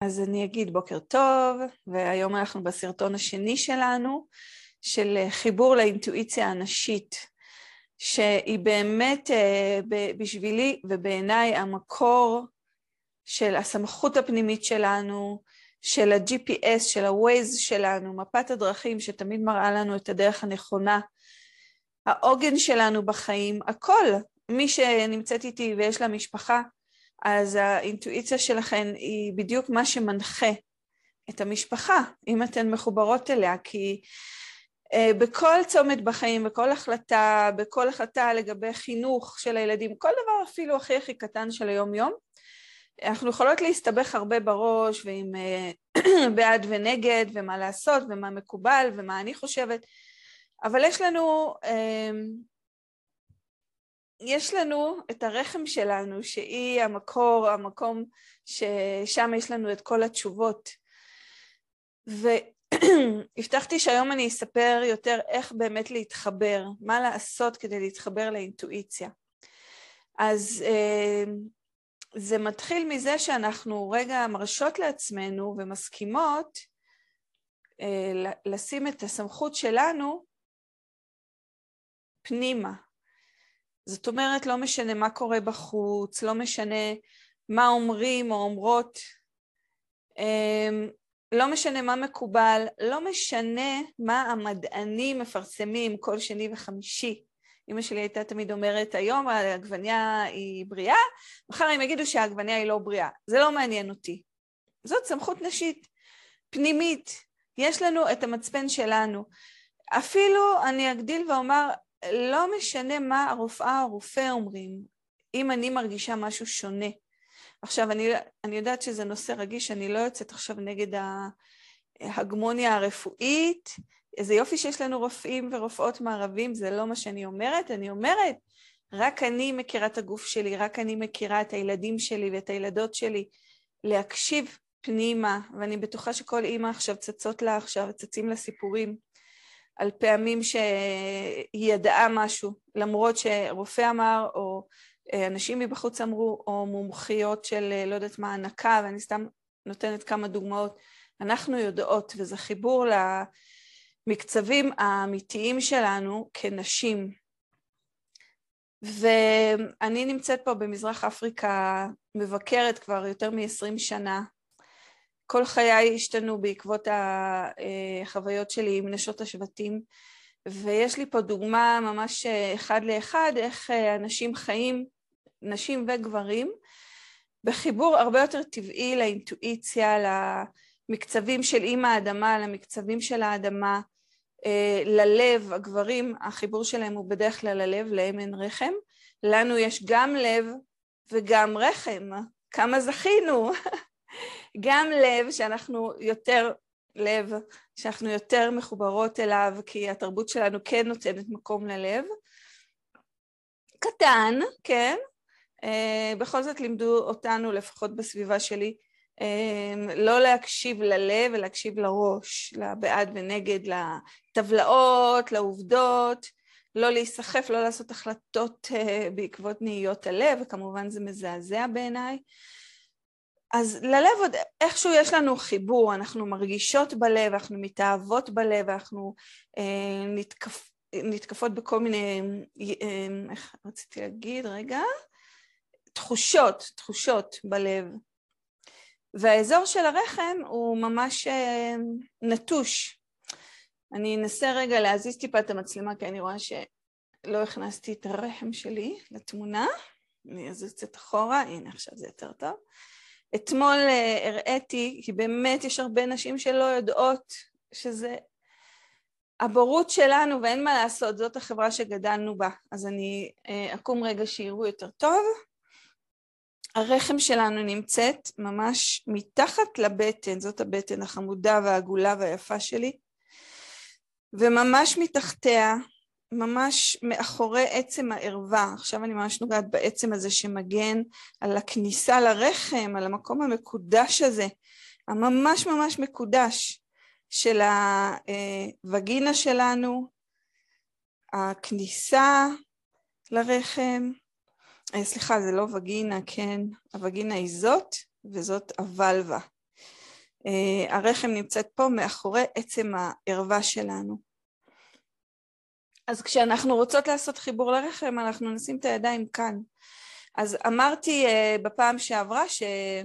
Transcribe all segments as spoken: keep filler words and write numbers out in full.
אז אני אגיד בוקר טוב, והיום אנחנו בסרטון השני שלנו, של חיבור לאינטואיציה הנשית, שהיא באמת בשבילי ובעיניי המקור של הסמכות הפנימית שלנו, של ה-ג'י פי אס, של ה-Waze שלנו, מפת הדרכים שתמיד מראה לנו את הדרך הנכונה, העוגן שלנו בחיים, הכל. מי שנמצאת איתי ויש לה משפחה, אז האינטואיציה שלכן היא בדיוק מה שמנחה את המשפחה, אם אתן מחוברות אליה, כי uh, בכל צומת בחיים, בכל החלטה, בכל החלטה לגבי חינוך של הילדים, כל דבר אפילו הכי הכי קטן של היום יום, אנחנו יכולות להסתבך הרבה בראש, ועם uh, בעד ונגד, ומה לעשות, ומה מקובל, ומה אני חושבת, אבל יש לנו... Uh, יש לנו את הרחם שלנו, שהיא המקור, המקום ששם יש לנו את כל התשובות. והבטחתי שהיום אני אספר יותר איך באמת להתחבר, מה לעשות כדי להתחבר לאינטואיציה. אז זה מתחיל מזה שאנחנו רגע מרשות לעצמנו ומסכימות לשים את הסמכות שלנו פנימה. זאת אומרת, לא משנה מה קורה בחוץ, לא משנה מה אומרים או אומרות, לא משנה מה מקובל, לא משנה מה המדענים מפרסמים כל שני וחמישי. אמא שלי הייתה תמיד אומרת, היום העגבניה היא בריאה, מחר הם יגידו שהעגבניה היא לא בריאה. זה לא מעניין אותי. זאת סמכות נשית, פנימית. יש לנו את המצפן שלנו. אפילו אני אגדיל ואומר, לא משנה מה הרופאה או הרופא אומרים, אם אני מרגישה משהו שונה. עכשיו, אני, אני יודעת שזה נושא רגיש, אני לא יוצאת עכשיו נגד ההגמוניה הרפואית, איזה יופי שיש לנו רופאים ורופאות מערבים, זה לא מה שאני אומרת, אני אומרת, רק אני מכירה את הגוף שלי, רק אני מכירה את הילדים שלי ואת הילדות שלי, להקשיב פנימה, ואני בטוחה שכל אימא עכשיו צצות לה עכשיו, צצים לה סיפורים, על פעמים שהיא ידעה משהו, למרות שרופא אמר, או אנשים מבחוץ אמרו, או מומחיות של לא יודעת מה, הנקה, ואני סתם נותנת כמה דוגמאות, אנחנו יודעות, וזה חיבור למקצבים האמיתיים שלנו כנשים. ואני נמצאת פה במזרח אפריקה, מבקרת כבר יותר מ-עשרים שנה, כל חיי השתנו בעקבות החוויות שלי עם נשות השבטים, ויש לי פה דוגמה ממש אחד לאחד, איך אנשים חיים, נשים וגברים, בחיבור הרבה יותר טבעי לאינטואיציה, למקצבים של אימא האדמה, למקצבים של האדמה, ללב, הגברים, החיבור שלהם הוא בדרך כלל ללב, להם אין רחם, לנו יש גם לב וגם רחם, כמה זכינו, גם לב שאנחנו יותר, לב שאנחנו יותר מחוברות אליו, כי התרבות שלנו כן נותנת מקום ללב. קטן, כן, אה, בכל זאת לימדו אותנו, לפחות בסביבה שלי, אה, לא להקשיב ללב, ולהקשיב לראש, לבעד ונגד, לטבלאות, לעובדות, לא להיסחף, לא לעשות החלטות אה, בעקבות נהיות הלב, וכמובן זה מזעזע בעיניי. אז ללב עוד איכשהו יש לנו חיבור, אנחנו מרגישות בלב, אנחנו מתאהבות בלב, אנחנו אה, נתקפ, נתקפות בכל מיני, אה, איך רציתי להגיד, רגע, תחושות, תחושות בלב. והאזור של הרחם הוא ממש אה, נטוש. אני אנסה רגע להזיז טיפה את המצלמה, כי אני רואה שלא הכנסתי את הרחם שלי לתמונה. אני אזיז קצת אחורה, הנה עכשיו זה יותר טוב. אתמול הראיתי, כי באמת יש הרבה נשים שלא יודעות שזה הבורות שלנו, ואין מה לעשות, זאת החברה שגדלנו בה. אז אני אקום רגע שיראו יותר טוב. הרחם שלנו נמצאת ממש מתחת לבטן, זאת הבטן החמודה והעגולה והיפה שלי, וממש מתחתיה, ממש מאחורי עצם הערווה, עכשיו אני ממש נוגעת בעצם הזה שמגן על הכניסה לרחם, על המקום המקודש הזה, הממש ממש מקודש של הווגינה שלנו, הכניסה לרחם, סליחה זה לא וגינה, כן, הווגינה היא זאת וזאת הוולווה. אה, הרחם נמצאת פה מאחורי עצם הערווה שלנו. אז כשאנחנו רוצות לעשות חיבור לרחם, אנחנו נשים את הידיים כאן. אז אמרתי אה, בפעם שעברה ש...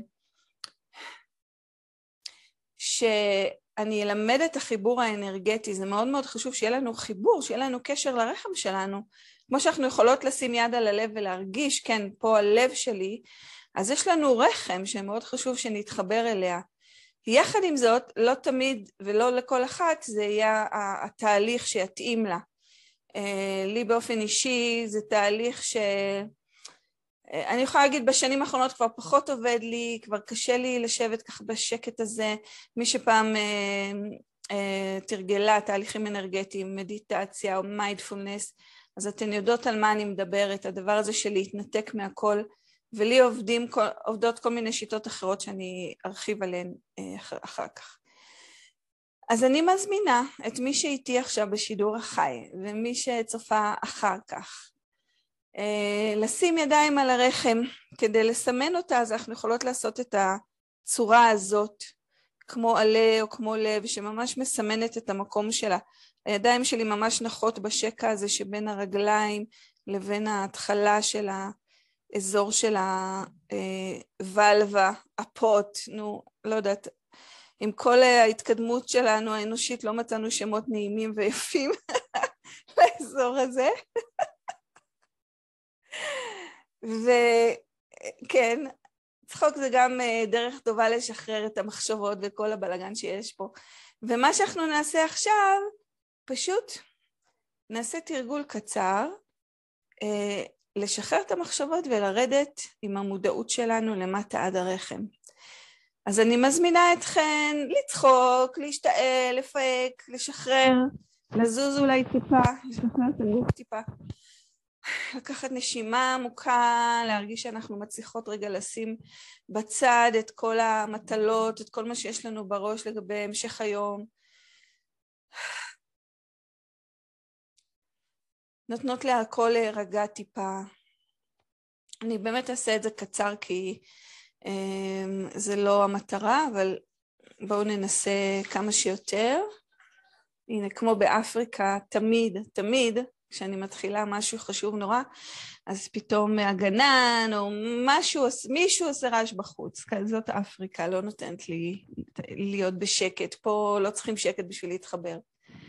שאני אלמד את החיבור האנרגטי, זה מאוד מאוד חשוב שיהיה לנו חיבור, שיהיה לנו קשר לרחם שלנו, כמו שאנחנו יכולות לשים יד על הלב ולהרגיש, כן, פה הלב שלי, אז יש לנו רחם שמאוד חשוב שנתחבר אליה. יחד עם זאת, לא תמיד ולא לכל אחת, זה יהיה התהליך שיתאים לה. לי באופן אישי זה תהליך ש... אני יכולה להגיד בשנים האחרונות כבר פחות עובד לי, כבר קשה לי לשבת ככה בשקט הזה, מי שפעם אה, אה, תרגלה תהליכים אנרגטיים, מדיטציה או מיינדפולנס, אז אתן יודעות על מה אני מדברת, הדבר הזה של להתנתק מהכל, ולי עובדים, עובדות כל מיני שיטות אחרות שאני ארחיב עליהן אה, אחר, אחר כך. אז אני מזמינה את מי שאיתי עכשיו בשידור החי, ומי שצופה אחר כך, לשים ידיים על הרחם כדי לסמן אותה, אז אנחנו יכולות לעשות את הצורה הזאת, כמו עלה או כמו לב, שממש מסמנת את המקום שלה. הידיים שלי ממש נחות בשקע הזה שבין הרגליים לבין ההתחלה של האזור של הוולווה, הפוט, נו, לא יודעת, עם כל ההתקדמות שלנו האנושית לא מצאנו שמות נעימים ויפים לאזור הזה. וכן, צחוק זה גם דרך טובה לשחרר את המחשבות וכל הבלגן שיש פה. ומה שאנחנו נעשה עכשיו, פשוט נעשה תרגול קצר, לשחרר את המחשבות ולרדת עם המודעות שלנו למטה עד הרחם. אז אני מזמינה אתכן לצחוק, להשתעל, לפהק, לשחרר, לזוז אולי טיפה, לשחרר את הגוף טיפה. לקחת נשימה עמוקה, להרגיש שאנחנו מצליחות רגע לשים בצד את כל המטלות, את כל מה שיש לנו בראש לגבי המשך היום. נותנות להכל להירגע טיפה. אני באמת אעשה את זה קצר כי um, זה לא המטרה, אבל בואו ננסה כמה שיותר. הנה, כמו באפריקה, תמיד, תמיד, כשאני מתחילה משהו חשוב נורא, אז פתאום הגנן או משהו, מישהו עושה רעש בחוץ. זאת אפריקה, לא נותנת לי להיות בשקט. פה לא צריכים שקט בשביל להתחבר.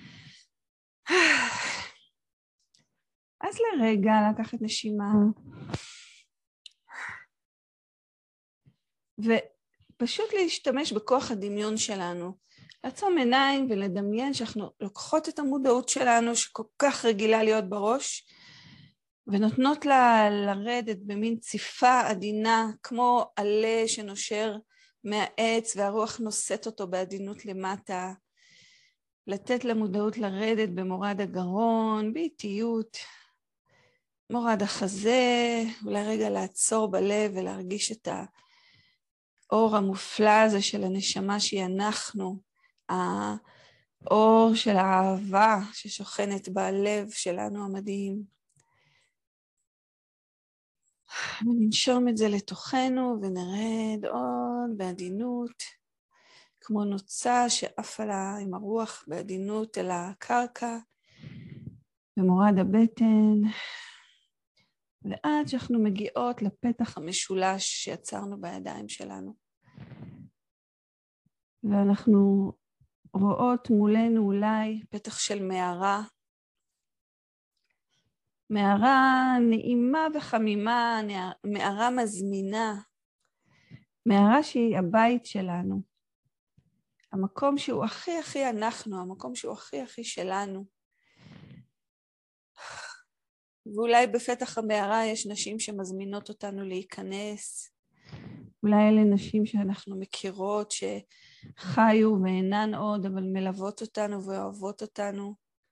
אז לרגע לקחת נשימה. ופשוט להשתמש בכוח הדמיון שלנו. לעצום עיניים ולדמיין שאנחנו לוקחות את המודעות שלנו שכל כך רגילה להיות בראש, ונותנות לה לרדת במין ציפה עדינה, כמו עלה שנושר מהעץ והרוח נושאת אותו בעדינות למטה, לתת למודעות לרדת במורד הגרון, באיטיות, מורד החזה, אולי רגע לעצור בלב ולהרגיש את האור המופלא הזה של הנשמה שהיא אנחנו, האור של האהבה ששוכנת בלב שלנו המדהים. וננשום את זה לתוכנו ונרד עוד בעדינות, כמו נוצה שעפה לה עם הרוח בעדינות אל הקרקע, במורד הבטן, ועד שאנחנו מגיעות לפתח המשולש שיצרנו בידיים שלנו. ואנחנו רואות מולנו אולי פתח של מערה, מערה נעימה וחמימה, מערה מזמינה, מערה שהיא הבית שלנו, המקום שהוא הכי הכי אנחנו, המקום שהוא הכי הכי שלנו. ואולי בפתח המערה יש נשים שמזמינות אותנו להיכנס, אולי אלה נשים שאנחנו מכירות שחיו ואינן עוד, אבל מלוות אותנו ואוהבות אותנו.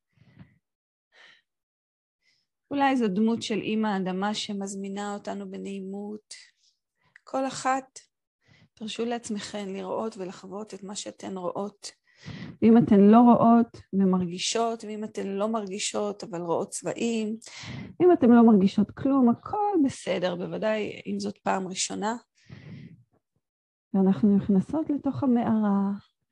אולי זו דמות של אמא האדמה שמזמינה אותנו בנעימות. כל אחת, תרשו לעצמכן לראות ולחוות את מה שאתן רואות. ואם אתן לא רואות ומרגישות, ואם אתן לא מרגישות אבל רואות צבעים, אם אתן לא מרגישות כלום, הכל בסדר, בוודאי אם זאת פעם ראשונה. ואנחנו נכנסות לתוך המערה,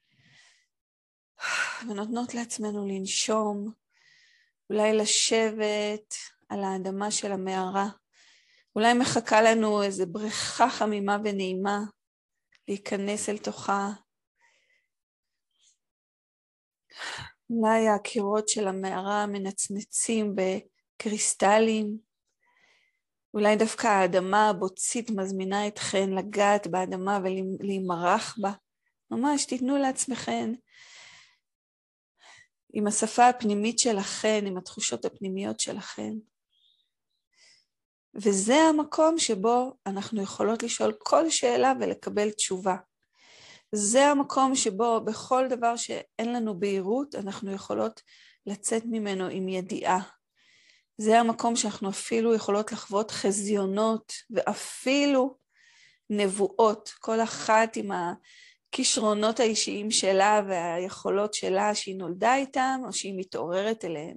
ונותנות לעצמנו לנשום, אולי לשבת על האדמה של המערה, אולי מחכה לנו איזו בריכה חמימה ונעימה, להיכנס אל תוכה. אולי הקירות של המערה מנצנצים בקריסטלים, אולי דווקא האדמה הבוצית מזמינה אתכן לגעת באדמה ולהימרח בה. ממש תיתנו לעצמכן עם השפה הפנימית שלכן, עם התחושות הפנימיות שלכן. וזה המקום שבו אנחנו יכולות לשאול כל שאלה ולקבל תשובה. זה המקום שבו בכל דבר שאין לנו בהירות, אנחנו יכולות לצאת ממנו עם ידיעה. זה המקום שאנחנו אפילו יכולות לחוות חזיונות, ואפילו נבואות, כל אחת עם הכישרונות האישיים שלה והיכולות שלה שהיא נולדה איתם, או שהיא מתעוררת אליהם.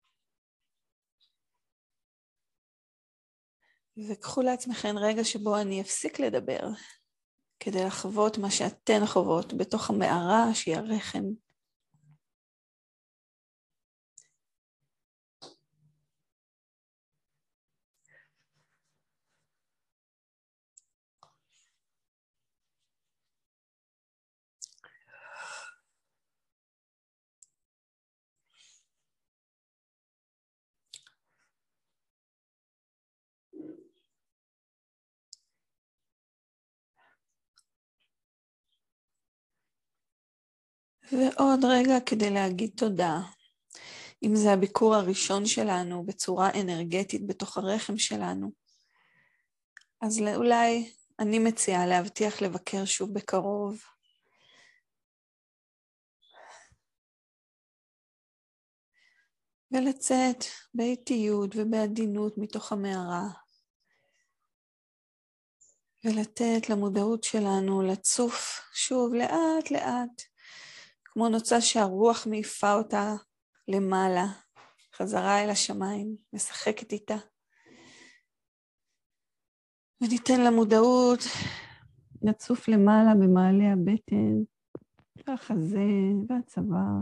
וקחו לעצמכם רגע שבו אני אפסיק לדבר, כדי לחוות מה שאתן חוות בתוך המערה שהיא הרחם. ועוד רגע כדי להגיד תודה. אם זה הביקור הראשון שלנו בצורה אנרגטית בתוך הרחם שלנו, אז אולי אני מציעה להבטיח לבקר שוב בקרוב. ולצאת באיטיות ובעדינות מתוך המערה. ולתת למודעות שלנו לצוף שוב לאט לאט, כמו נוצה שהרוח מעיפה אותה למעלה, חזרה אל השמיים, משחקת איתה. וניתן למודעות לצוף למעלה במעלה הבטן, והחזה והצוואר,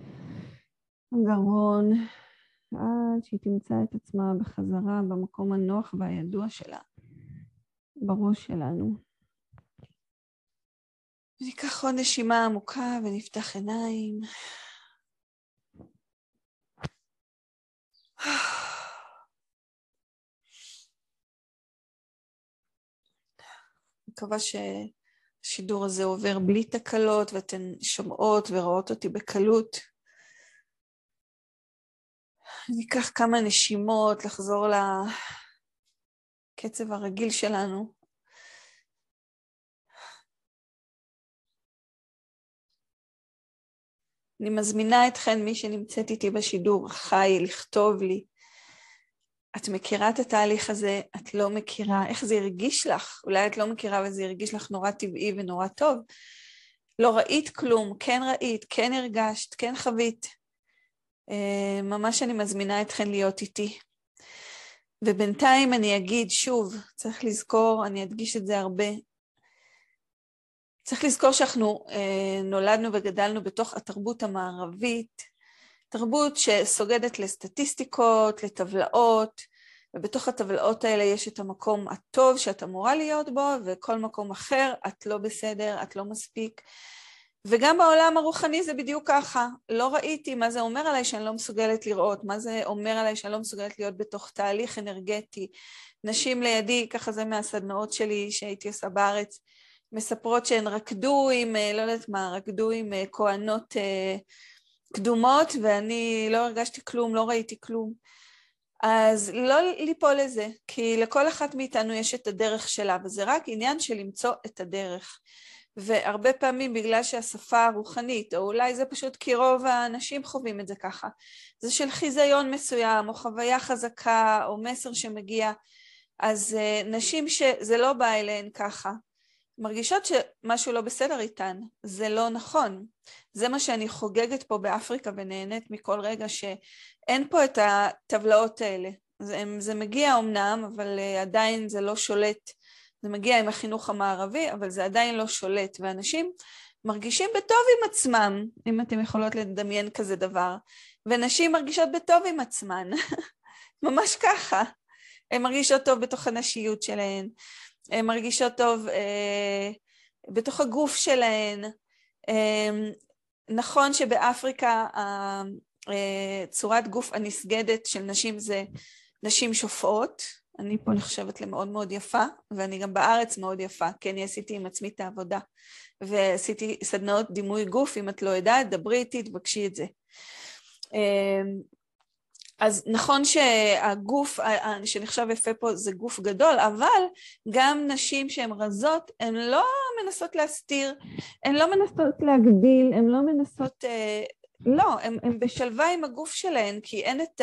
הגרון, עד שהיא תמצא את עצמה בחזרה במקום הנוח והידוע שלה, בראש שלנו. וניקח עוד נשימה עמוקה ונפתח עיניים. מקווה שהשידור הזה עובר בלי תקלות, ואתן שומעות ורואות אותי בקלות. ניקח כמה נשימות לחזור לקצב הרגיל שלנו. אני מזמינה אתכן, מי שנמצאת איתי בשידור חי, לכתוב לי. את מכירה את התהליך הזה, את לא מכירה, איך זה הרגיש לך? אולי את לא מכירה וזה הרגיש לך נורא טבעי ונורא טוב. לא ראית כלום, כן ראית, כן הרגשת, כן חווית. ממש אני מזמינה אתכן להיות איתי. ובינתיים אני אגיד שוב, צריך לזכור, אני אדגיש את זה הרבה, צריך לזכור שאנחנו אה, נולדנו וגדלנו בתוך התרבות המערבית, תרבות שסוגדת לסטטיסטיקות, לטבלאות, ובתוך הטבלאות האלה יש את המקום הטוב שאת אמורה להיות בו, וכל מקום אחר את לא בסדר, את לא מספיק. וגם בעולם הרוחני זה בדיוק ככה, לא ראיתי מה זה אומר עליי שאני לא מסוגלת לראות, מה זה אומר עליי שאני לא מסוגלת להיות בתוך תהליך אנרגטי. נשים לידי, ככה זה מהסדנאות שלי שהייתי עושה בארץ, מספרות שהן רקדו עם, לא יודעת מה, רקדו עם כהנות קדומות, ואני לא הרגשתי כלום, לא ראיתי כלום. אז לא ליפול לזה, כי לכל אחת מאיתנו יש את הדרך שלה, וזה רק עניין של למצוא את הדרך. והרבה פעמים בגלל שהשפה הרוחנית, או אולי זה פשוט כי רוב האנשים חווים את זה ככה, זה של חיזיון מסוים, או חוויה חזקה, או מסר שמגיע, אז נשים שזה לא בא אליהן ככה, מרגישות שמשהו לא בסדר איתן, זה לא נכון. זה מה שאני חוגגת פה באפריקה ונהנית מכל רגע שאין פה את הטבלאות האלה. זה, זה מגיע אומנם, אבל עדיין זה לא שולט זה מגיע עם החינוך המערבי, אבל זה עדיין לא שולט, ואנשים מרגישים בטוב עם עצמם, אם אתם יכולות לדמיין כזה דבר, ונשים מרגישות בטוב עם עצמן, ממש ככה. הן מרגישות טוב בתוך הנשיות שלהן, הן מרגישות טוב אה, בתוך הגוף שלהן. אה, נכון שבאפריקה אה, אה, צורת גוף הנסגדת של נשים זה נשים שופעות, אני פה נחשבת למאוד מאוד יפה, ואני גם בארץ מאוד יפה, כי אני עשיתי עם עצמי את העבודה, ועשיתי סדנאות דימוי גוף, אם את לא יודעת, דברי איתי, תבקשי את זה. אז נכון שהגוף שנחשב יפה פה זה גוף גדול, אבל גם נשים שהן רזות, הן לא מנסות להסתיר, הן לא מנסות להגדיל, הן לא מנסות, לא, הן, הן בשלווה עם הגוף שלהן, כי אין את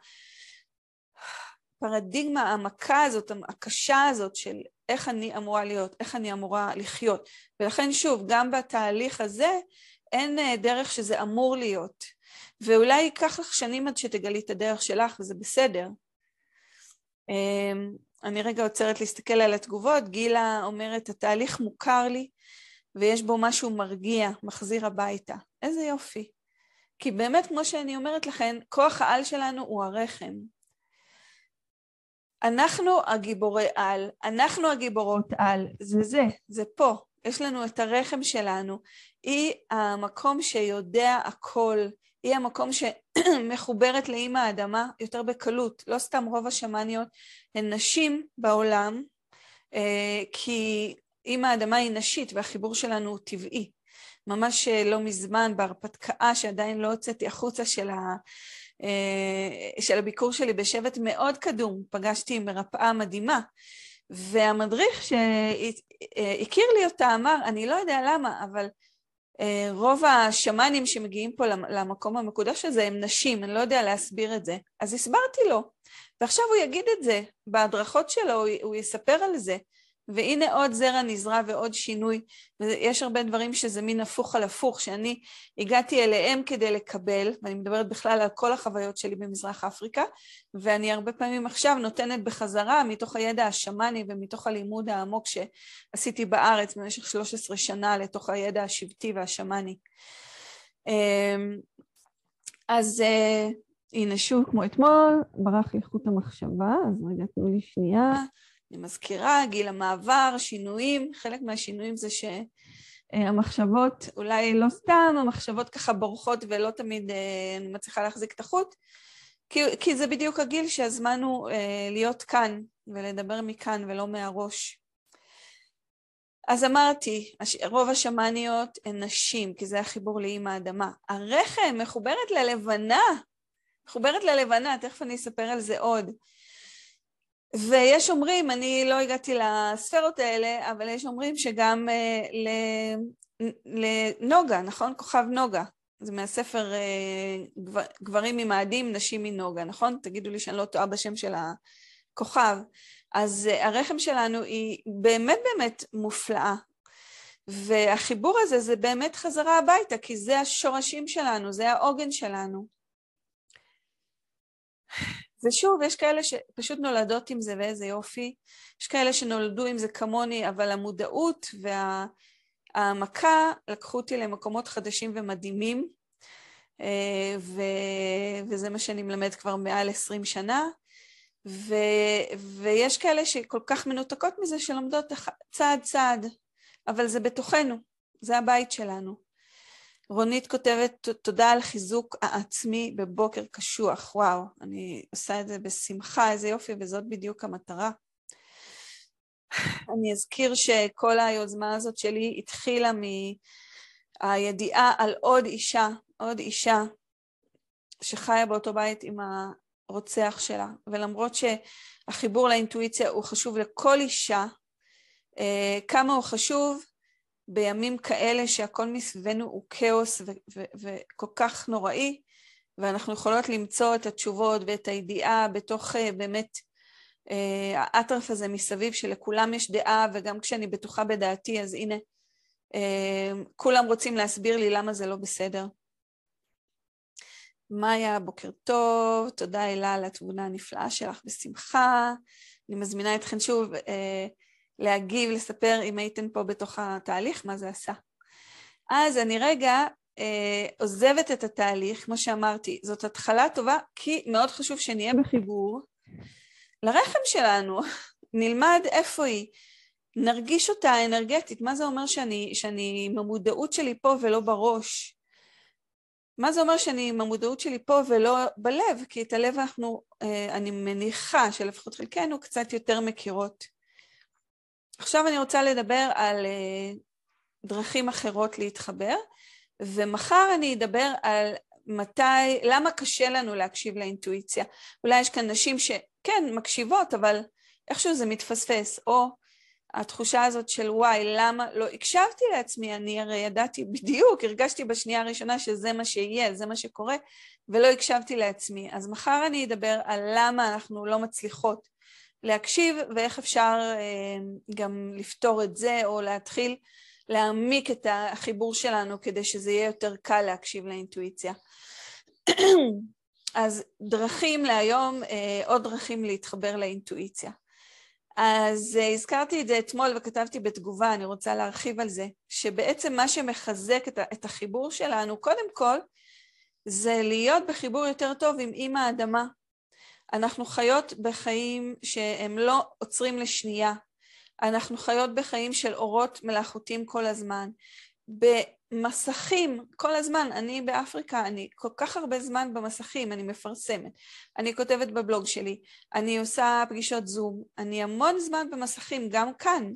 הפרדיגמה העמקה הזאת, הקשה הזאת של איך אני אמורה להיות, איך אני אמורה לחיות. ולכן שוב, גם בתהליך הזה, אין דרך שזה אמור להיות. ואולי ייקח לך שנים עד שתגלי את הדרך שלך, וזה בסדר. אני רגע עוצרת להסתכל על התגובות, גילה אומרת, התהליך מוכר לי, ויש בו משהו מרגיע, מחזיר הביתה. איזה יופי. כי באמת, כמו שאני אומרת לכם, כוח העל שלנו הוא הרחם. אנחנו הגיבורי על, אנחנו הגיבורות על, זה זה, זה פה. יש לנו את הרחם שלנו, היא המקום שיודע הכל, היא המקום שמחוברת לאמא האדמה יותר בקלות, לא סתם רוב השמניות הן נשים בעולם, כי אמא האדמה היא נשית והחיבור שלנו הוא טבעי. ממש לא מזמן בהרפתקה שעדיין לא הוצאתי החוצה של, ה, של הביקור שלי בשבט מאוד קדום, פגשתי עם מרפאה מדהימה, והמדריך שהכיר לי אותה אמר, אני לא יודע למה, אבל רוב השמנים שמגיעים פה למקום המקודש הזה הם נשים, אני לא יודע להסביר את זה. אז הסברתי לו, ועכשיו הוא יגיד את זה, בהדרכות שלו הוא יספר על זה, והנה עוד זרע נזרע ועוד שינוי, ויש הרבה דברים שזה מין הפוך על הפוך, שאני הגעתי אליהם כדי לקבל, ואני מדברת בכלל על כל החוויות שלי במזרח אפריקה, ואני הרבה פעמים עכשיו נותנת בחזרה מתוך הידע השמני ומתוך הלימוד העמוק שעשיתי בארץ במשך שלוש עשרה שנה לתוך הידע השבטי והשמני. אז הנה שוב כמו אתמול, ברח לי חוט המחשבה, אז רגע תנו לי שנייה. אני מזכירה, גיל המעבר, שינויים, חלק מהשינויים זה שהמחשבות, אולי לא סתם, המחשבות ככה בורחות ולא תמיד אני מצליחה להחזיק את החוט, כי, כי זה בדיוק הגיל שהזמן הוא להיות כאן ולדבר מכאן ולא מהראש. אז אמרתי, רוב השמניות הן נשים, כי זה החיבור לאמא האדמה. הרחם מחוברת ללבנה, מחוברת ללבנה, תכף אני אספר על זה עוד. ויש אומרים, אני לא הגעתי לספרות האלה, אבל יש אומרים שגם uh, לנוגה, נכון? כוכב נוגה. זה מהספר uh, גבר, גברים ממאדים, נשים מנוגה, נכון? תגידו לי שאני לא טועה בשם של הכוכב. אז uh, הרחם שלנו היא באמת באמת מופלאה. והחיבור הזה זה באמת חזרה הביתה, כי זה השורשים שלנו, זה העוגן שלנו. ושוב, יש כאלה שפשוט נולדות עם זה ואיזה יופי, יש כאלה שנולדו עם זה כמוני, אבל המודעות והעמקה לקחו אותי למקומות חדשים ומדהימים, ו... וזה מה שאני מלמד כבר מעל עשרים שנה, ו... ויש כאלה שכל כך מנותקות מזה שלומדות צעד צעד, אבל זה בתוכנו, זה הבית שלנו. רונית כותבת, תודה על חיזוק העצמי בבוקר קשוח. וואו, אני עושה את זה בשמחה, איזה יופי, וזאת בדיוק המטרה. אני אזכיר שכל היוזמה הזאת שלי התחילה מהידיעה על עוד אישה, עוד אישה שחיה באותו בית עם הרוצח שלה, ולמרות שהחיבור לאינטואיציה הוא חשוב לכל אישה, כמה הוא חשוב, בימים כאלה שהכל מסביבנו הוא כאוס ו- ו- וכל כך נוראי, ואנחנו יכולות למצוא את התשובות ואת הידיעה בתוך uh, באמת uh, האטרף הזה מסביב שלכולם יש דעה, וגם כשאני בטוחה בדעתי, אז הנה, uh, כולם רוצים להסביר לי למה זה לא בסדר. מאיה, בוקר טוב, תודה אלה על התמונה הנפלאה שלך בשמחה, אני מזמינה אתכן שוב, uh, להגיב, לספר אם הייתם פה בתוך התהליך, מה זה עשה. אז אני רגע אה, עוזבת את התהליך, כמו שאמרתי, זאת התחלה טובה, כי מאוד חשוב שנהיה בחיבור לרחם שלנו, נלמד איפה היא, נרגיש אותה אנרגטית, מה זה אומר שאני, שאני במודעות שלי פה ולא בראש, מה זה אומר שאני עם המודעות שלי פה ולא בלב, כי את הלב אנחנו, אה, אני מניחה שלפחות חלקנו קצת יותר מכירות. עכשיו אני רוצה לדבר על אה, דרכים אחרות להתחבר, ומחר אני אדבר על מתי, למה קשה לנו להקשיב לאינטואיציה. אולי יש כאן נשים שכן מקשיבות, אבל איכשהו זה מתפספס, או התחושה הזאת של וואי, למה לא הקשבתי לעצמי, אני הרי ידעתי בדיוק, הרגשתי בשנייה הראשונה שזה מה שיהיה, זה מה שקורה, ולא הקשבתי לעצמי. אז מחר אני אדבר על למה אנחנו לא מצליחות להקשיב, ואיך אפשר אה, גם לפתור את זה, או להתחיל להעמיק את החיבור שלנו, כדי שזה יהיה יותר קל להקשיב לאינטואיציה. אז דרכים להיום, אה, עוד דרכים להתחבר לאינטואיציה. אז הזכרתי את זה אתמול וכתבתי בתגובה, אני רוצה להרחיב על זה, שבעצם מה שמחזק את החיבור שלנו, קודם כל, זה להיות בחיבור יותר טוב עם אמא האדמה. אנחנו חיות בחיים שהם לא עוצרים לשנייה, אנחנו חיות בחיים של אורות מלאכותיים כל הזמן, במסכים כל הזמן, אני באפריקה, אני כל כך הרבה זמן במסכים, אני מפרסמת, אני כותבת בבלוג שלי, אני עושה פגישות זום, אני המון זמן במסכים, גם כאן.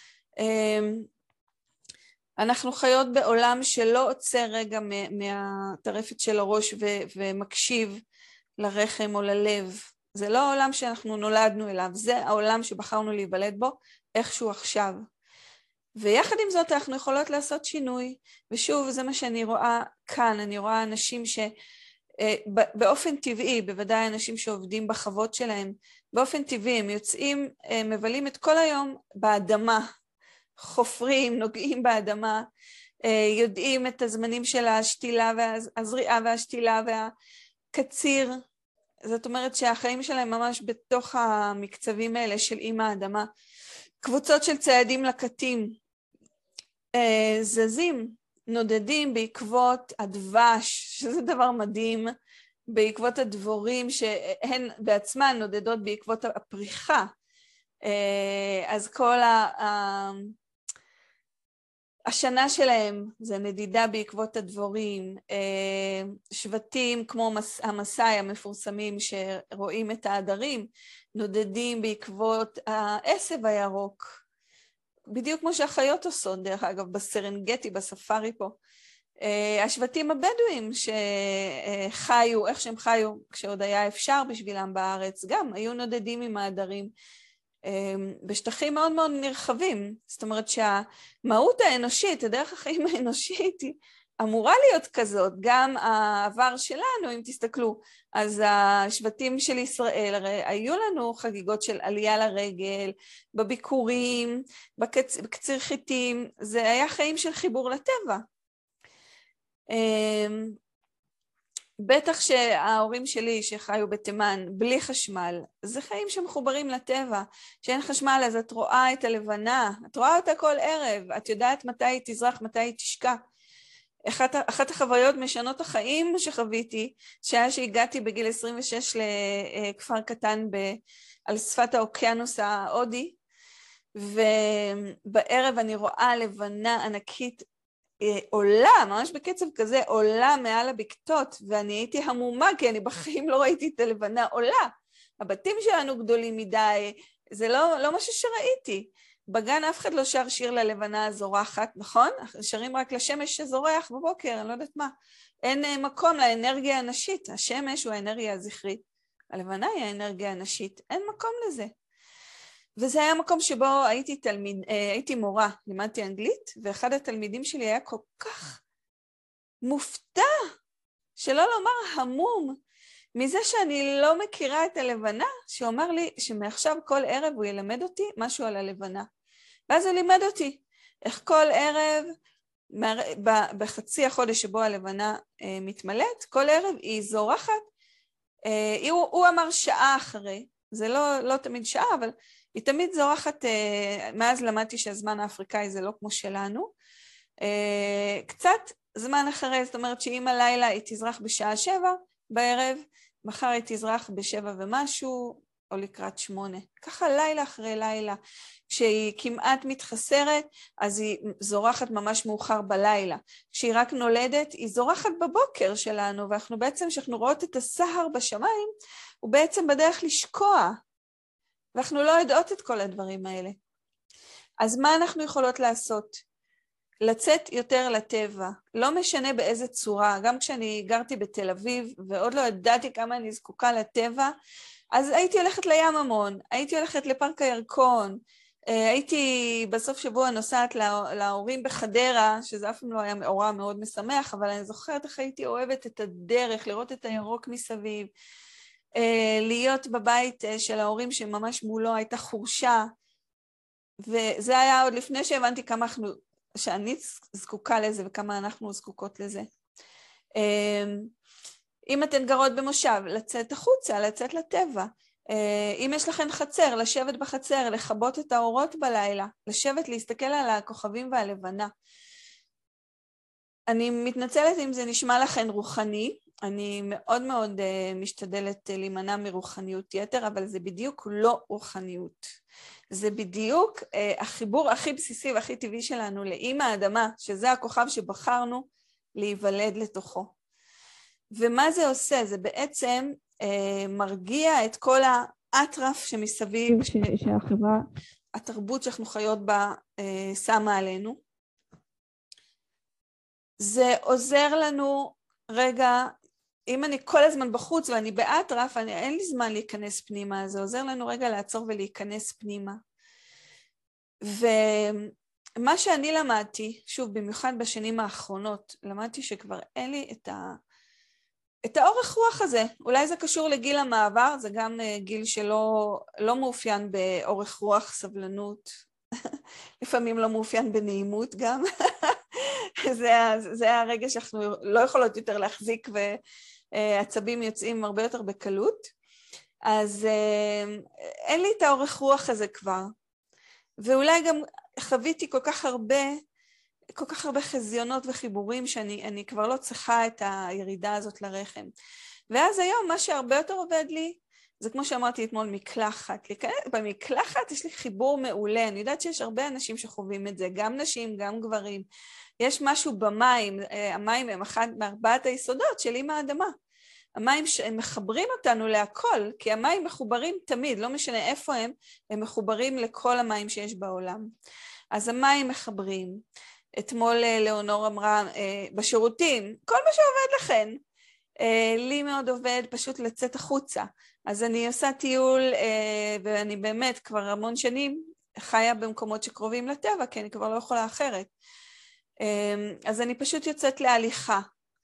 אנחנו חיות בעולם שלא עוצר רגע מהטרפת של הראש ו- ומקשיב לרחם או ללב. זה לא העולם שאנחנו נולדנו אליו, זה העולם שבחרנו להיוולד בו איכשהו עכשיו. ויחד עם זאת אנחנו יכולות לעשות שינוי, ושוב זה מה שאני רואה כאן, אני רואה אנשים שבאופן טבעי, בוודאי אנשים שעובדים בחוות שלהם, באופן טבעי הם יוצאים, הם מבלים את כל היום באדמה, חופרים, נוגעים באדמה, יודעים את הזמנים של השתילה והזריעה והשתילה והקציר, זאת אומרת שהחיים שלהם ממש בתוך המקצבים האלה של אמא האדמה, קבוצות של ציידים לקטים, זזים, נודדים בעקבות הדבש, שזה דבר מדהים, בעקבות הדבורים שהן בעצמן נודדות בעקבות הפריחה, אז כל ה... השנה שלהם זה נדידה בעקבות הדבורים, שבטים כמו המסאי המפורסמים שרואים את העדרים, נודדים בעקבות העשב הירוק, בדיוק כמו שהחיות עושות, דרך אגב, בסרנגטי, בספארי פה. השבטים הבדואים שחיו, איך שהם חיו, כשעוד היה אפשר בשבילם בארץ, גם היו נודדים עם העדרים, בשטחים מאוד מאוד נרחבים, זאת אומרת שהמהות האנושית, הדרך החיים האנושית היא אמורה להיות כזאת, גם העבר שלנו, אם תסתכלו, אז השבטים של ישראל, הרי היו לנו חגיגות של עלייה לרגל, בביקורים, בקצ... בקציר חיטים, זה היה חיים של חיבור לטבע. בטח שההורים שלי שחיו בתימן בלי חשמל, זה חיים שמחוברים לטבע, שאין חשמל אז את רואה את הלבנה, את רואה אותה כל ערב, את יודעת מתי היא תזרח, מתי היא תשקע. אחת, אחת החוויות משנות החיים שחוויתי, שהיה שהגעתי בגיל עשרים ושש לכפר קטן ב, על שפת האוקיינוס ההודי, ובערב אני רואה לבנה ענקית, עולה, ממש בקצב כזה, עולה מעל הבקתות, ואני הייתי המומה, כי אני בחיים לא ראיתי את הלבנה עולה. הבתים שלנו גדולים מדי, זה לא, לא משהו שראיתי. בגן אף אחד לא שר שיר ללבנה הזורחת, נכון? שרים רק לשמש שזורח בבוקר, אני לא יודעת מה. אין מקום לאנרגיה הנשית, השמש הוא האנרגיה הזכרית, הלבנה היא האנרגיה הנשית, אין מקום לזה. וזה היה מקום שבו הייתי תלמיד, הייתי מורה, לימדתי אנגלית, ואחד התלמידים שלי היה כל כך מופתע, שלא לומר המום, מזה שאני לא מכירה את הלבנה, שאומר לי שמעכשיו כל ערב הוא ילמד אותי משהו על הלבנה. ואז הוא לימד אותי איך כל ערב, בחצי החודש שבו הלבנה מתמלאת, כל ערב היא זורחת, הוא, הוא אמר שעה אחרי, זה לא, לא תמיד שעה, אבל היא תמיד זורחת, מאז למדתי שהזמן האפריקאי זה לא כמו שלנו, קצת זמן אחרי, זאת אומרת שאם הלילה היא תזרח בשעה שבע בערב, מחר היא תזרח בשבע ומשהו, או לקראת שמונה. ככה לילה אחרי לילה. כשהיא כמעט מתחסרת, אז היא זורחת ממש מאוחר בלילה. כשהיא רק נולדת, היא זורחת בבוקר שלנו, ואנחנו בעצם, כשאנחנו רואות את הסהר בשמיים, הוא בעצם בדרך לשקוע. ואנחנו לא יודעות את כל הדברים האלה. אז מה אנחנו יכולות לעשות? לצאת יותר לטבע, לא משנה באיזה צורה, גם כשאני גרתי בתל אביב, ועוד לא ידעתי כמה אני זקוקה לטבע, אז הייתי הולכת לים המון, הייתי הולכת לפארק הירקון, הייתי בסוף שבוע נוסעת להורים בחדרה, שזה אף פעם לא היה מאורע מאוד משמח, אבל אני זוכרת איך הייתי אוהבת את הדרך, לראות את הירוק מסביב, להיות בבית של ההורים שממש מולו הייתה חורשה, וזה היה עוד לפני שהבנתי כמה אנחנו, שאני זקוקה לזה וכמה אנחנו זקוקות לזה. אם אתן גרות במושב, לצאת החוצה, לצאת לטבע. אם יש לכן חצר, לשבת בחצר, לכבות את האורות בלילה, לשבת, להסתכל על הכוכבים והלבנה. אני מתנצלת אם זה נשמע לכן רוחני, אני מאוד מאוד משתדלת להימנע מרוחניות יתר, אבל זה בדיוק לא רוחניות. זה בדיוק החיבור הכי בסיסי והכי טבעי שלנו לאמא האדמה, שזה הכוכב שבחרנו להיוולד לתוכו. ומה זה עושה? זה בעצם אה, מרגיע את כל האטרף שמסביב, ש, שהחברה, התרבות שאנחנו חיות בה, אה, שמה עלינו. זה עוזר לנו, רגע, אם אני כל הזמן בחוץ ואני באטרף, אני, אין לי זמן להיכנס פנימה, זה עוזר לנו רגע לעצור ולהיכנס פנימה. ומה שאני למדתי, שוב, במיוחד בשנים האחרונות, למדתי שכבר אין לי את ה... את האורך רוח הזה, אולי זה קשור לגיל המעבר, זה גם גיל שלא לא מאופיין באורך רוח, סבלנות, לפעמים לא מאופיין בנעימות גם, זה, זה הרגע שאנחנו לא יכולות יותר להחזיק ועצבים יוצאים הרבה יותר בקלות, אז אין לי את האורך רוח הזה כבר, ואולי גם חוויתי כל כך הרבה, כל כך הרבה חזיונות וחיבורים שאני אני כבר לא צריכה את הירידה הזאת לרחם. ואז היום מה שהרבה יותר עובד לי, זה כמו שאמרתי אתמול, מקלחת. במקלחת יש לי חיבור מעולה, אני יודעת שיש הרבה אנשים שחווים את זה, גם נשים, גם גברים. יש משהו במים, המים הם אחד מארבעת היסודות של אמא האדמה. המים הם מחברים אותנו להכל, כי המים מחוברים תמיד, לא משנה איפה הם, הם מחוברים לכל המים שיש בעולם. אז המים מחברים. אתמול לאונור אמרה, בשירותים, כל מה שעובד לכן, לי מאוד עובד פשוט לצאת החוצה. אז אני עושה טיול, ואני באמת כבר המון שנים חיה במקומות שקרובים לטבע, כי אני כבר לא יכולה אחרת. אז אני פשוט יוצאת להליכה.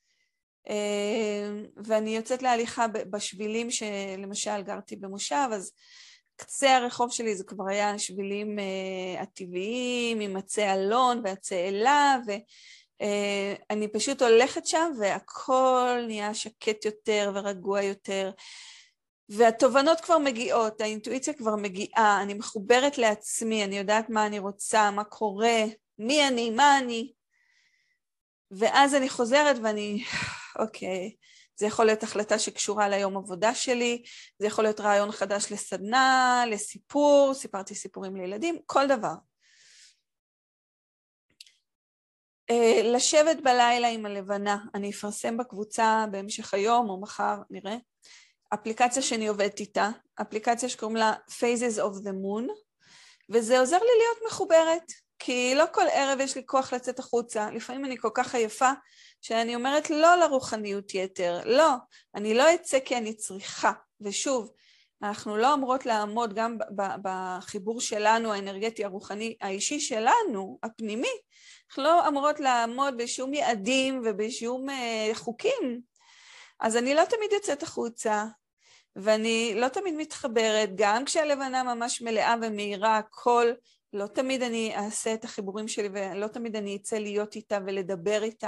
ואני יוצאת להליכה בשבילים שלמשל גרתי במושב, אז קצה הרחוב שלי זה כבר היה שבילים uh, הטבעיים, עם עצי אלון ועצי אלה, ואני uh, פשוט הולכת שם והכל נהיה שקט יותר ורגוע יותר, והתובנות כבר מגיעות, האינטואיציה כבר מגיעה, אני מחוברת לעצמי, אני יודעת מה אני רוצה, מה קורה, מי אני, מה אני, ואז אני חוזרת ואני, אוקיי, זה יכול להיות החלטה שקשורה ליום עבודה שלי, זה יכול להיות רעיון חדש לסדנה, לסיפור, סיפרתי סיפורים לילדים, כל דבר. לשבת בלילה עם הלבנה, אני אפרסם בקבוצה בהמשך היום או מחר, נראה, אפליקציה שאני עובדת איתה, אפליקציה שקוראים לה Phases of the Moon, וזה עוזר לי להיות מחוברת, כי לא כל ערב יש לי כוח לצאת החוצה, לפעמים אני כל כך עייפה, שאני אומרת לא לרוחניות יתר, לא, אני לא אצא כי אני צריכה, ושוב, אנחנו לא אמורות לעמוד גם בחיבור שלנו, האנרגטי, הרוחני, האישי שלנו, הפנימי, אנחנו לא אמורות לעמוד בשום יעדים ובשום חוקים, אז אני לא תמיד יוצאת החוצה, ואני לא תמיד מתחברת, גם כשהלבנה ממש מלאה ומהירה, הכל, לא תמיד אני אעשה את החיבורים שלי, ולא תמיד אני אצא להיות איתה ולדבר איתה.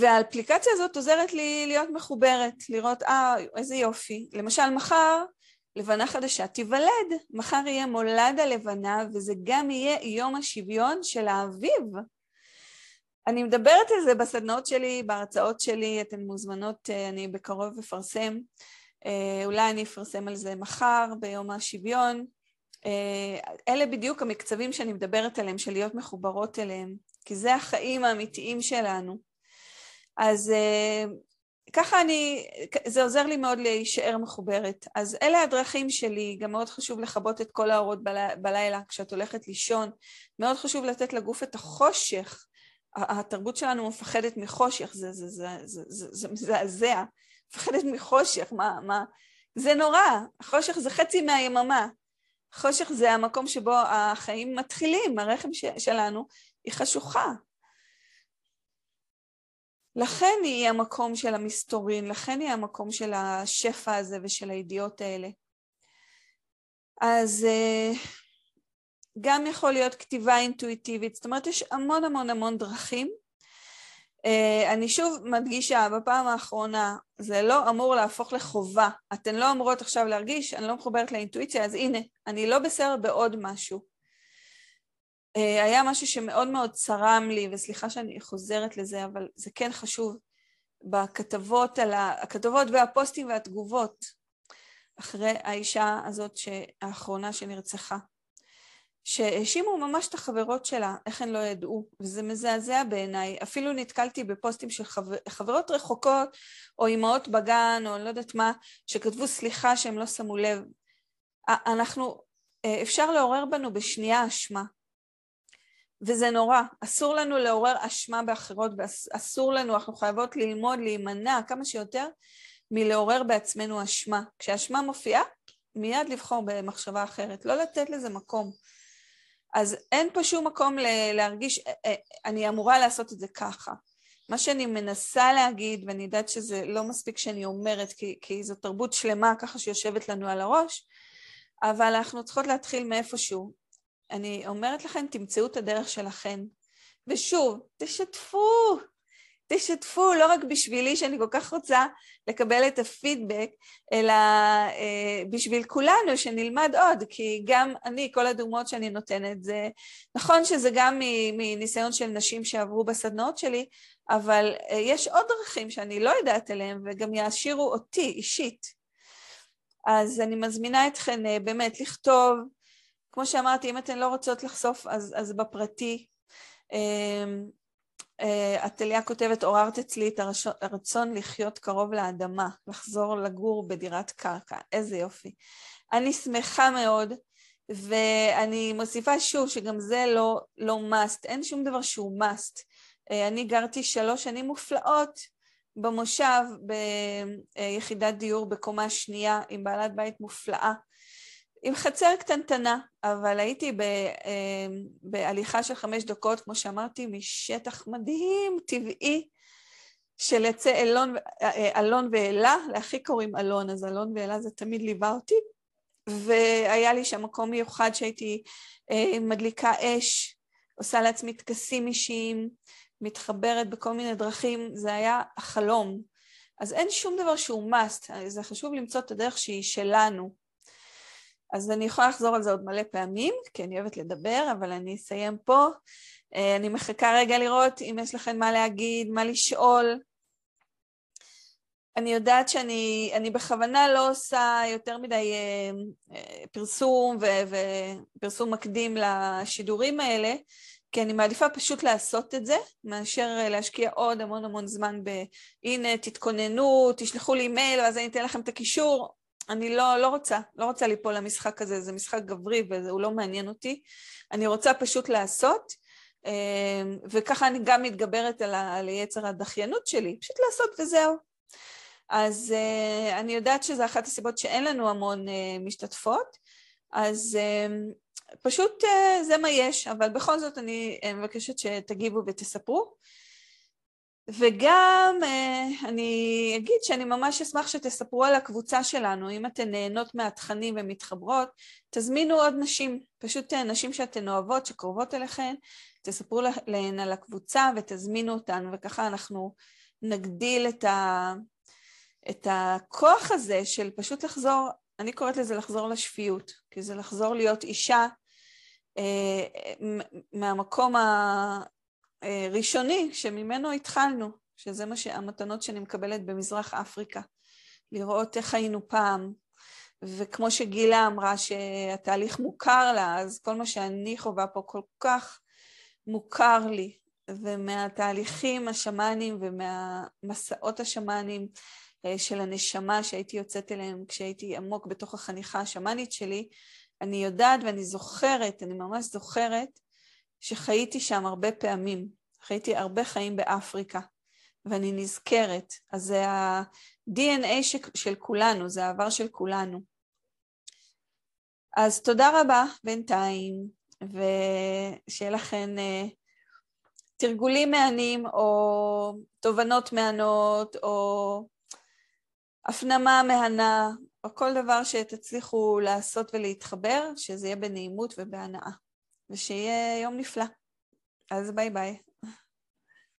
והאפליקציה הזאת עוזרת לי להיות מחוברת, לראות, אה, איזה יופי. למשל, מחר, לבנה חדשה תיוולד, מחר יהיה מולד הלבנה, וזה גם יהיה יום השוויון של האביב. אני מדברת על זה בסדנאות שלי, בהרצאות שלי, אתן מוזמנות, אני בקרוב אפרסם, אולי אני אפרסם על זה מחר ביום השוויון. אלה בדיוק המקצבים שאני מדברת עליהם, של להיות מחוברות אליהם, כי זה החיים האמיתיים שלנו. אז ככה אני, זה עוזר לי מאוד להישאר מחוברת. אז אלה הדרכים שלי, גם מאוד חשוב לחבות את כל האורות בלילה כשאת הולכת לישון, מאוד חשוב לתת לגוף את החושך. התרבות שלנו מפחדת מחושך, זה זה זה זה זה זה מזעזע, מפחדת מחושך, מה מה זה נורא, החושך זה חצי מהיממה, חושך זה המקום שבו החיים מתחילים, הרחם שלנו היא חשוכה. לכן היא המקום של המסתורין, לכן היא המקום של השפע הזה ושל הידיעות האלה. אז גם יכול להיות כתיבה אינטואיטיבית, זאת אומרת יש המון המון המון דרכים. אני שוב מדגישה, בפעם האחרונה זה לא אמור להפוך לחובה, אתן לא אמורות עכשיו להרגיש, אני לא מחוברת לאינטואיציה, אז הנה, אני לא בסדר בעוד משהו. היה משהו שמאוד מאוד צרם לי, וסליחה שאני חוזרת לזה, אבל זה כן חשוב, בכתבות, על הכתבות והפוסטים והתגובות, אחרי האישה הזאת האחרונה שנרצחה, שהאשימו ממש את החברות שלה, איך הן לא ידעו, וזה מזעזע בעיניי, אפילו נתקלתי בפוסטים של חבר, חברות רחוקות, או אמהות בגן, או לא יודעת מה, שכתבו סליחה שהם לא שמו לב. אנחנו, אפשר לעורר בנו בשנייה אשמה, וזה נורא, אסור לנו לעורר אשמה באחרות, ואסור לנו, אנחנו חייבות ללמוד, להימנע כמה שיותר, מלעורר בעצמנו אשמה. כשהאשמה מופיעה, מיד לבחור במחשבה אחרת, לא לתת לזה מקום. אז אין פה שום מקום להרגיש, אני אמורה לעשות את זה ככה. מה שאני מנסה להגיד, ואני יודעת שזה לא מספיק שאני אומרת, כי, כי זו תרבות שלמה ככה שיושבת לנו על הראש, אבל אנחנו צריכות להתחיל מאיפשהו. אני אומרת לכם, תמצאו את הדרך שלכם. ושוב, תשתפו, תשתפו, לא רק בשבילי שאני כל כך רוצה לקבל את הפידבק, אלא אה, בשביל כולנו שנלמד עוד, כי גם אני, כל הדוגמאות שאני נותנת, זה נכון שזה גם מניסיון של נשים שעברו בסדנאות שלי, אבל אה, יש עוד דרכים שאני לא יודעת עליהם, וגם יעשירו אותי אישית. אז אני מזמינה אתכן אה, באמת לכתוב, כמו שאמרתי, אם אתן לא רוצות לחשוף, אז, אז בפרטי, אה, התליה כותבת, עוררת אצלי את הרצון לחיות קרוב לאדמה, לחזור לגור בדירת קרקע, איזה יופי. אני שמחה מאוד, ואני מוסיפה שוב שגם זה לא, לא must, אין שום דבר שהוא must. אני גרתי שלוש שנים מופלאות במושב, ביחידת דיור בקומה שנייה, עם בעלת בית מופלאה, עם חצר קטנטנה, אבל הייתי ב, בהליכה של חמש דקות, כמו שאמרתי, משטח מדהים, טבעי, של עצי אלון, אלון ואלה, לאחי קוראים אלון, אז אלון ואלה זה תמיד ליווה אותי, והיה לי שם מקום מיוחד שהייתי מדליקה אש, עושה לעצמי טקסים אישיים, מתחברת בכל מיני דרכים, זה היה החלום. אז אין שום דבר שהוא must, זה חשוב למצוא את הדרך שהיא שלנו, אז אני יכולה לחזור על זה עוד מלא פעמים, כי אני אוהבת לדבר, אבל אני אסיים פה. אני מחכה רגע לראות אם יש לכם מה להגיד, מה לשאול. אני יודעת שאני אני בכוונה לא עושה יותר מדי פרסום ופרסום מקדים לשידורים האלה, כי אני מעדיפה פשוט לעשות את זה, מאשר להשקיע עוד המון המון זמן ב, הנה, תתכוננו, תשלחו לי מייל, ואז אני אתן לכם את הקישור. אני לא, לא רוצה, לא רוצה ליפול למשחק הזה, זה משחק גברי והוא לא מעניין אותי. אני רוצה פשוט לעשות, וככה אני גם מתגברת על, ה, על יצר הדחיינות שלי, פשוט לעשות וזהו. אז אני יודעת שזה אחת הסיבות שאין לנו המון משתתפות, אז פשוט זה מה יש, אבל בכל זאת אני מבקשת שתגיבו ותספרו. וגם אני אגיד שאני ממש אשמח שתספרו על הקבוצה שלנו, אם אתן נהנות מהתכנים ומתחברות, תזמינו עוד נשים, פשוט נשים שאתן אוהבות, שקרובות אליכן, תספרו להן על הקבוצה ותזמינו אותן, וככה אנחנו נגדיל את, ה... את הכוח הזה של פשוט לחזור אני קוראת לזה לחזור לשפיות, כי זה לחזור להיות אישה אה, מהמקום הראשוני שממנו התחלנו, שזה מה שהמתנות שאני מקבלת במזרח אפריקה, לראות איך היינו פעם, וכמו שגילה אמרה שהתהליך מוכר לה, אז כל מה שאני חווה פה כל כך מוכר לי, ומהתהליכים השמאנים ומהמסעות השמאנים של הנשמה שהייתי יוצאת אליהם כשהייתי עמוק בתוך החניכה השמאנית שלי, אני יודעת ואני זוכרת, אני ממש זוכרת שחייתי שם הרבה פעמים, חייתי הרבה חיים באפריקה, ואני נזכרת, אז זה ה-די אן איי של כולנו, זה העבר של כולנו. אז תודה רבה בינתיים, ושיהיה לכם תרגולים מענים, או תובנות מענות, או הפנמה מהנה, או כל דבר שתצליחו לעשות ולהתחבר, שזה יהיה בנעימות ובהנאה, ושיהיה יום נפלא. אז ביי ביי.